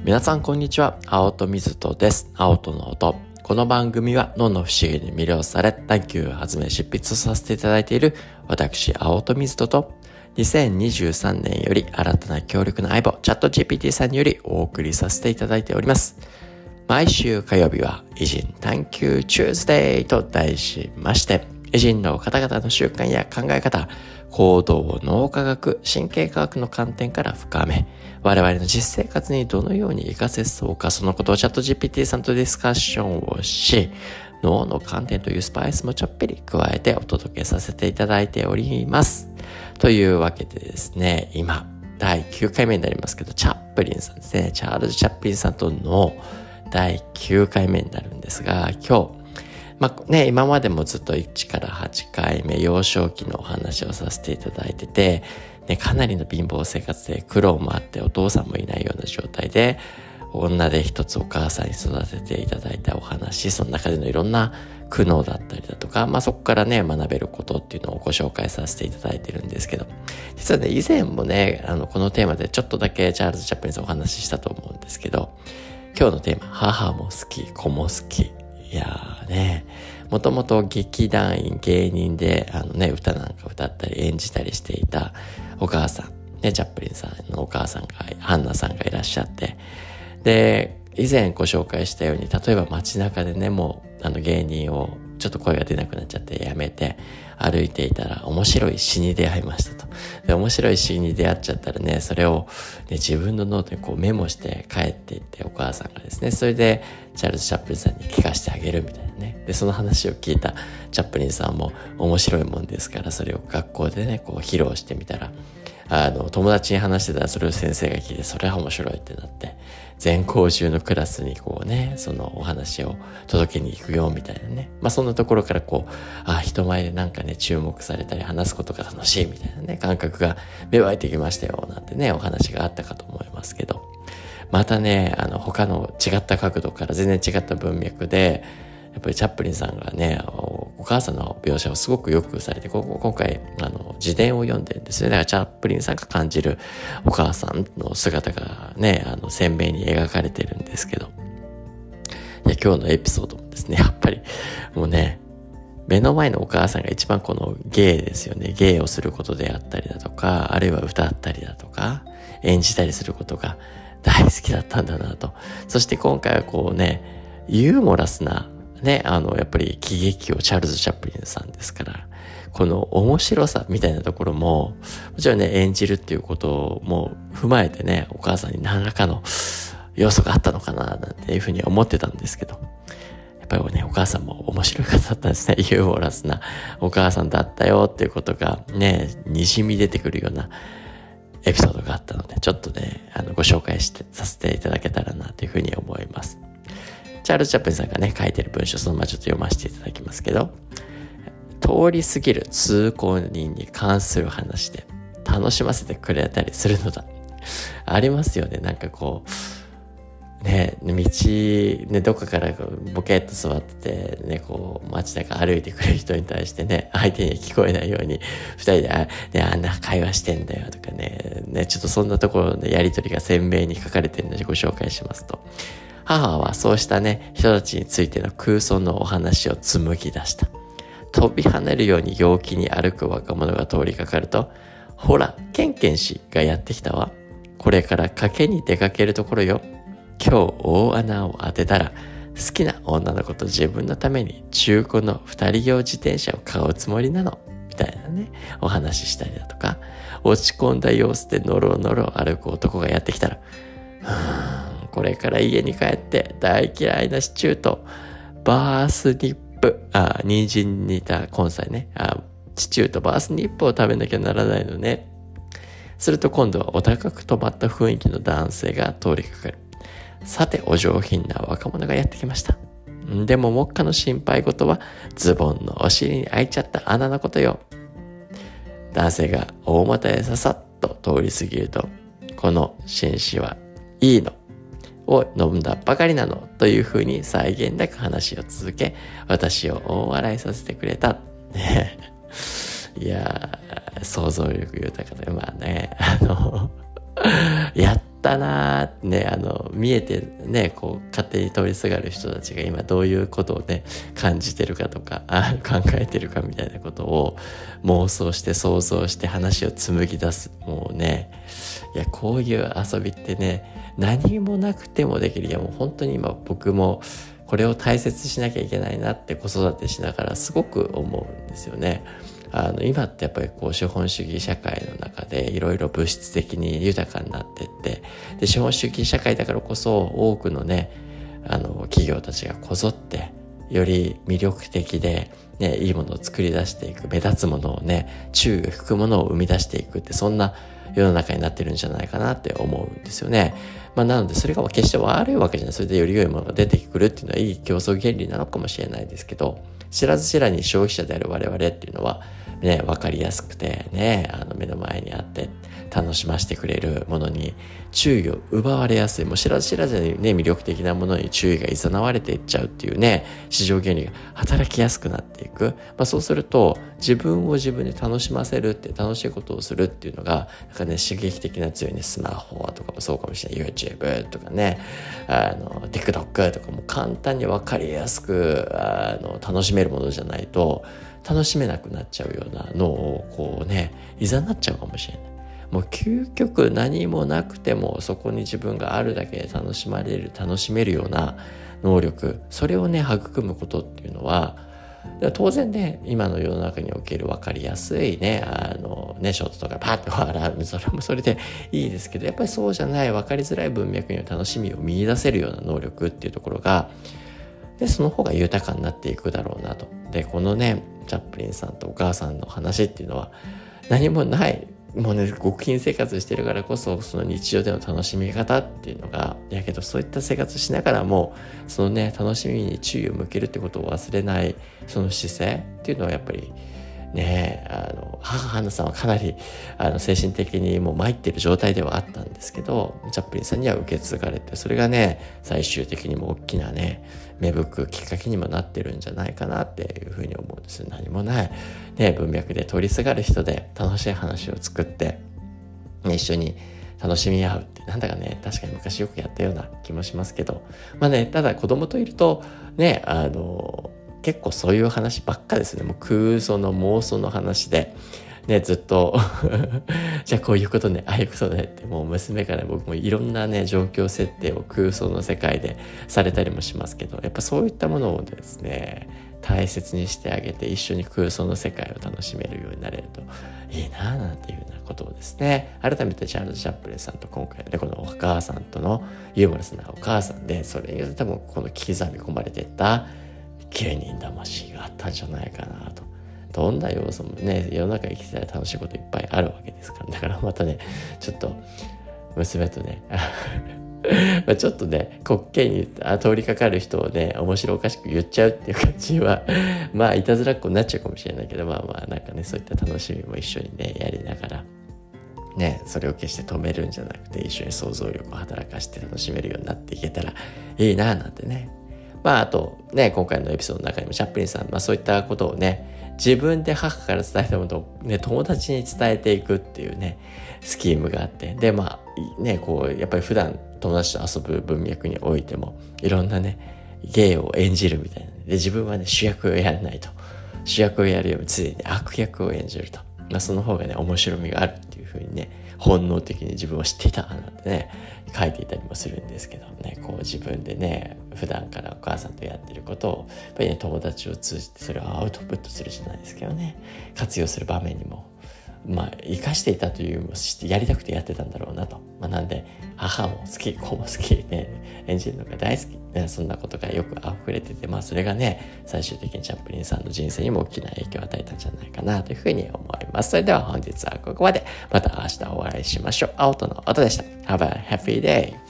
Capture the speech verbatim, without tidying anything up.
皆さんこんにちは。青戸水戸です。青戸の音。この番組は脳の不思議に魅了され探求を始め執筆させていただいている私青戸水戸とにせんにじゅうさんねんより新たな強力な相棒チャット ジーピーティー さんによりお送りさせていただいております。毎週火曜日は偉人探求チューズデーと題しまして、偉人の方々の習慣や考え方、行動を脳科学、神経科学の観点から深め、我々の実生活にどのように活かせそうか、そのことをチャット ジーピーティー さんとディスカッションをし、脳の観点というスパイスもちょっぴり加えてお届けさせていただいております。というわけでですね、今、だいきゅうかいめになりますけど、チャップリンさんですね、チャールズ・チャップリンさんとのだいきゅうかいめになるんですが、今日、まあね、今までもずっといちからはちかいめ幼少期のお話をさせていただいてて、ね、かなりの貧乏生活で苦労もあってお父さんもいないような状態で女で一つお母さんに育てていただいたお話、その中でのいろんな苦悩だったりだとか、まあそこからね学べることっていうのをご紹介させていただいてるんですけど、実はね以前もねあのこのテーマでちょっとだけチャールズ・チャップリンさんお話ししたと思うんですけど、今日のテーマ、母も好き子も好き。いやーね、もともと劇団員芸人であのね歌なんか歌ったり演じたりしていたお母さんね、チャップリンさんのお母さんがハンナさんがいらっしゃって、で以前ご紹介したように、例えば街中でねもうあの芸人をちょっと声が出なくなっちゃってやめて歩いていたら面白い詩に出会いましたと。で面白い詩に出会っちゃったらね、それを、ね、自分のノートにこうメモして帰っていって、お母さんがですねそれでチャールズ・チャップリンさんに聞かせてあげるみたいなね。でその話を聞いたチャップリンさんも面白いもんですから、それを学校でねこう披露してみたら、あの友達に話してたらそれを先生が聞いて、それは面白いってなって、全校中のクラスにこうねそのお話を届けに行くよみたいなね、まあそんなところからこうあ人前でなんかね注目されたり話すことが楽しいみたいなね感覚が芽生えてきましたよなんてねお話があったかと思いますけど、またねあの他の違った角度から全然違った文脈でやっぱりチャップリンさんがねお母さんの描写をすごくよくされて、ここ今回あの自伝を読んでるんですね。だからチャップリンさんが感じるお母さんの姿がねあの鮮明に描かれてるんですけど、いや今日のエピソードもですねやっぱりもうね目の前のお母さんが一番この芸ですよね。芸をすることであったりだとか、あるいは歌ったりだとか演じたりすることが大好きだったんだなと。そして今回はこうねユーモラスなね、あの、やっぱり喜劇をチャールズ・チャップリンさんですから、この面白さみたいなところも、もちろんね、演じるっていうことも踏まえてね、お母さんに何らかの要素があったのかな、なんていうふうに思ってたんですけど、やっぱりね、お母さんも面白い方だったんですね。ユーモラスなお母さんだったよっていうことがね、滲み出てくるようなエピソードがあったので、ちょっとね、あの、ご紹介してさせていただけたらなというふうに思います。チャールズ・チャップリンさんがね書いてる文章、そのままちょっと読ませていただきますけど、通り過ぎる通行人に関する話で楽しませてくれたりするのだ。ありますよね。なんかこうね道ねどっかからボケっと座っててねこう街中歩いてくる人に対してね相手に聞こえないように二人であ、ね、あんな会話してんだよとかねねちょっとそんなところのやりとりが鮮明に書かれているのでご紹介しますと、母はそうしたね、人たちについての空想のお話を紡ぎ出した。飛び跳ねるように陽気に歩く若者が通りかかると、ほら、ケンケン氏がやってきたわ。これから賭けに出かけるところよ。今日大穴を当てたら、好きな女の子と自分のために中古の二人用自転車を買うつもりなの。みたいなね、お話ししたりだとか、落ち込んだ様子でノロノロ歩く男がやってきたら、うーんこれから家に帰って大嫌いなシチューとバースニップ、あ、人参に似た根菜ね、あ、シチューとバースニップを食べなきゃならないのね。すると今度はお高く止まった雰囲気の男性が通りかかる。さてお上品な若者がやってきました。でも目下の心配事はズボンのお尻に開いちゃった穴のことよ。男性が大股へささっと通り過ぎると、この紳士はいいのを飲んだばかりなのというふうに際限なく話を続け、私を大笑いさせてくれた。いやー、想像力豊かで、まあね、あの、やっったなーってね、あの見えてね、こう勝手に通りすがる人たちが今どういうことをね感じてるかとかあ考えてるかみたいなことを妄想して想像して話を紡ぎ出す。もうね、いやこういう遊びってね、何もなくてもできる。いやもう本当に今僕もこれを大切にしなきゃいけないなって子育てしながらすごく思うんですよね。あの今ってやっぱりこう資本主義社会の中でいろいろ物質的に豊かになってって、で資本主義社会だからこそ多くのねあの企業たちがこぞってより魅力的で、ね、いいものを作り出していく、目立つものをね注意を引くものを生み出していくって、そんな世の中になってるんじゃないかなって思うんですよね。まあなのでそれが決して悪いわけじゃない。それでより良いものが出てくるっていうのはいい競争原理なのかもしれないですけど、知らず知らに消費者である我々っていうのはね、分かりやすくてね、あの目の前にあって楽しませてくれるものに注意を奪われやすい。もう知らず知らずにね、魅力的なものに注意が誘われていっちゃうっていうね、市場原理が働きやすくなっていく。まあそうすると自分を自分で楽しませるって、楽しいことをするっていうのがなんかね、刺激的な強いね、スマホとかもそうかもしれない。YouTube とかね、あの TikTok とかも簡単に分かりやすくあの楽しめるものじゃないと楽しめなくなっちゃうようなのをこうね、いざなっちゃうかもしれない。もう究極何もなくてもそこに自分があるだけで楽しまれる、楽しめるような能力、それをね育むことっていうのは当然ね、今の世の中における分かりやすいね、あのね、ショートとかパッと笑う、それもそれでいいですけど、やっぱりそうじゃない分かりづらい文脈には楽しみを見出せるような能力っていうところが、でその方が豊かになっていくだろうなと。でこのねチャップリンさんとお母さんの話っていうのは何もない、もうね極貧生活してるからこそその日常での楽しみ方っていうのが、だけどそういった生活しながらもそのね楽しみに注意を向けるってことを忘れないその姿勢っていうのはやっぱりね、あの母ハンナさんはかなりあの精神的にもう参ってる状態ではあったんですけど、チャップリンさんには受け継がれて、それがね最終的にも大きなね芽吹くきっかけにもなってるんじゃないかなっていうふうに思うんです。何もない、ね、文脈で通りすがる人で楽しい話を作って、ね、一緒に楽しみ合うってなんだかね、確かに昔よくやったような気もしますけど、まあね、ただ子供といるとね、あの結構そういう話ばっかですね。もう空想の妄想の話でね、ずっとじゃあこういうことね、ああいうことねって、もう娘から僕もいろんなね状況設定を空想の世界でされたりもしますけど、やっぱそういったものをですね大切にしてあげて、一緒に空想の世界を楽しめるようになれるといいなぁなんていうようなことをですね、改めてチャールズ・チャップリンさんと今回ね、このお母さんとのユーモラスなお母さんで、それによって多分この刻み込まれていった芸人魂があったんじゃないかなと。どんな要素もね、世の中生きてたら楽しいこといっぱいあるわけですから、だからまたねちょっと娘とねまあちょっとね滑稽に通りかかる人をね面白おかしく言っちゃうっていう感じはまあいたずらっ子になっちゃうかもしれないけど、まあまあなんかねそういった楽しみも一緒にねやりながらね、それを決して止めるんじゃなくて一緒に想像力を働かして楽しめるようになっていけたらいいななんてね。まああとね、今回のエピソードの中にもチャップリンさん、まあそういったことをね自分で母から伝えたものをね友達に伝えていくっていうねスキームがあって、でまあねこうやっぱり普段友達と遊ぶ文脈においてもいろんなね芸を演じるみたいな、で自分はね主役をやらないと、主役をやるより常に悪役を演じると、まあ、その方がね面白みがあるっていう風にね本能的に自分を知っていたなんてね書いていたりもするんですけどね、こう自分でね普段からお母さんとやってることをやっぱりね友達を通じてそれをアウトプットするじゃないですけどね、活用する場面にもまあ生かしていたというよりもしてやりたくてやってたんだろうなと、まあ、なんで母も好き子も好きね演じるのが大好き、ね、そんなことがよく溢れてて、まあそれがね最終的にチャップリンさんの人生にも大きな影響を与えたんじゃないかなというふうに思います。それでは本日はここまで、また明日お会いしましょう。青との音でした。Have a happy day!